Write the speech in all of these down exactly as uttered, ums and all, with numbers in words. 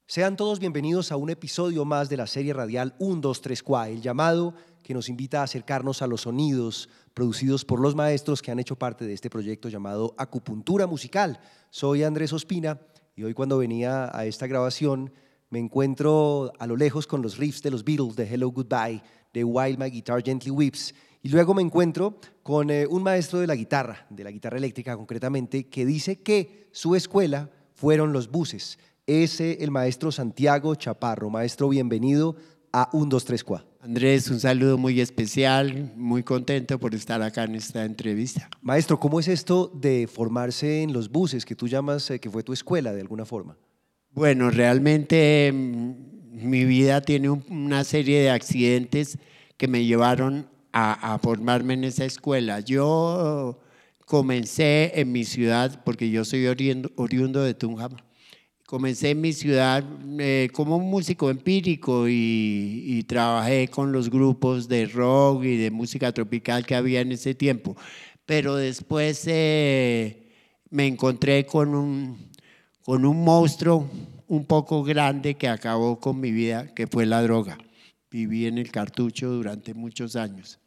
Sean todos bienvenidos a un episodio más de la serie radial uno, dos, tres, cuatro, el llamado que nos invita a acercarnos a los sonidos producidos por los maestros que han hecho parte de este proyecto llamado Acupuntura Musical. Soy Andrés Ospina y hoy, cuando venía a esta grabación, me encuentro a lo lejos con los riffs de los Beatles, de Hello Goodbye, de While My Guitar Gently Weeps, y luego me encuentro con eh, un maestro de la guitarra, de la guitarra eléctrica concretamente, que dice que su escuela fueron los buses. Es eh, el maestro Santiago Chaparro. Maestro, bienvenido a uno, dos, tres, cuatro. Andrés, un saludo muy especial, muy contento por estar acá en esta entrevista. Maestro, ¿cómo es esto de formarse en los buses, que tú llamas eh, que fue tu escuela de alguna forma? Bueno, realmente mm, mi vida tiene un- una serie de accidentes que me llevaron a, a formarme en esa escuela. Yo comencé en mi ciudad, porque yo soy oriundo, oriundo de Tunja. Comencé en mi ciudad eh, como un músico empírico y, y trabajé con los grupos de rock y de música tropical que había en ese tiempo. Pero después eh, me encontré con un, con un monstruo un poco grande que acabó con mi vida, que fue la droga. Viví en el cartucho durante muchos años.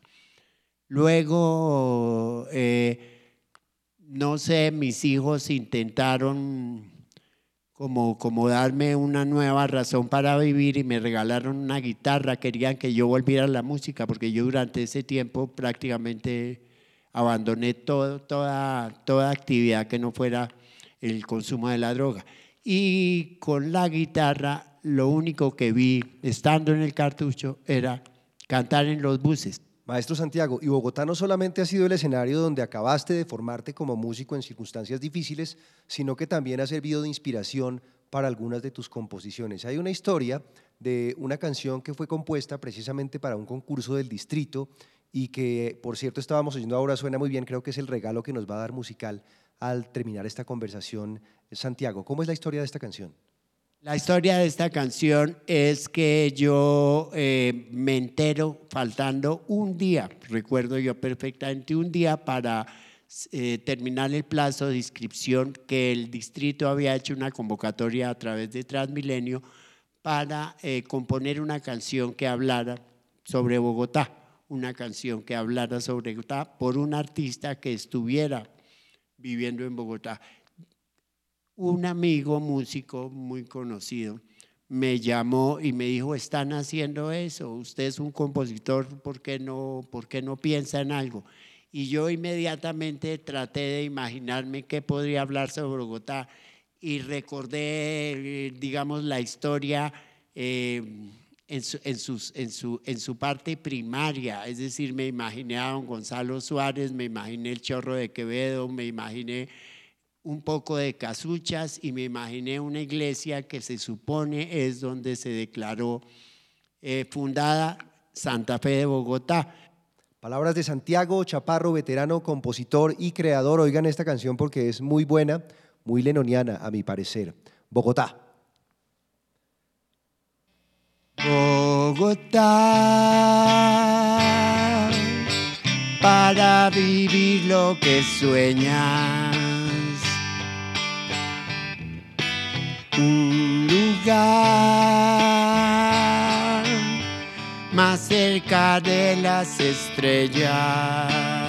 Luego, eh, no sé, mis hijos intentaron como, como darme una nueva razón para vivir y me regalaron una guitarra. Querían que yo volviera a la música porque yo durante ese tiempo prácticamente abandoné todo, toda, toda actividad que no fuera el consumo de la droga. Y con la guitarra lo único que vi estando en el cartucho era cantar en los buses. Maestro Santiago, y Bogotá no solamente ha sido el escenario donde acabaste de formarte como músico en circunstancias difíciles, sino que también ha servido de inspiración para algunas de tus composiciones. Hay una historia de una canción que fue compuesta precisamente para un concurso del distrito y que, por cierto, estábamos oyendo ahora, suena muy bien. Creo que es el regalo que nos va a dar musical al terminar esta conversación. Santiago, ¿cómo es la historia de esta canción? La historia de esta canción es que yo eh, me entero faltando un día, recuerdo yo perfectamente, un día para eh, terminar el plazo de inscripción, que el distrito había hecho una convocatoria a través de Transmilenio para eh, componer una canción que hablara sobre Bogotá, una canción que hablara sobre Bogotá por un artista que estuviera viviendo en Bogotá. Un amigo músico muy conocido me llamó y me dijo: están haciendo eso, usted es un compositor, ¿por qué no, por qué no piensa en algo? Y yo inmediatamente traté de imaginarme qué podría hablar sobre Bogotá y recordé, eh, digamos, la historia eh, en, su, en, sus, en, su, en su parte primaria. Es decir, me imaginé a don Gonzalo Suárez, me imaginé el Chorro de Quevedo, me imaginé un poco de casuchas y me imaginé una iglesia que se supone es donde se declaró eh, fundada Santa Fe de Bogotá. Palabras de Santiago Chaparro, veterano, compositor y creador. Oigan esta canción porque es muy buena, muy lenoniana a mi parecer. Bogotá. Bogotá, para vivir lo que sueñas, un lugar más cerca de las estrellas,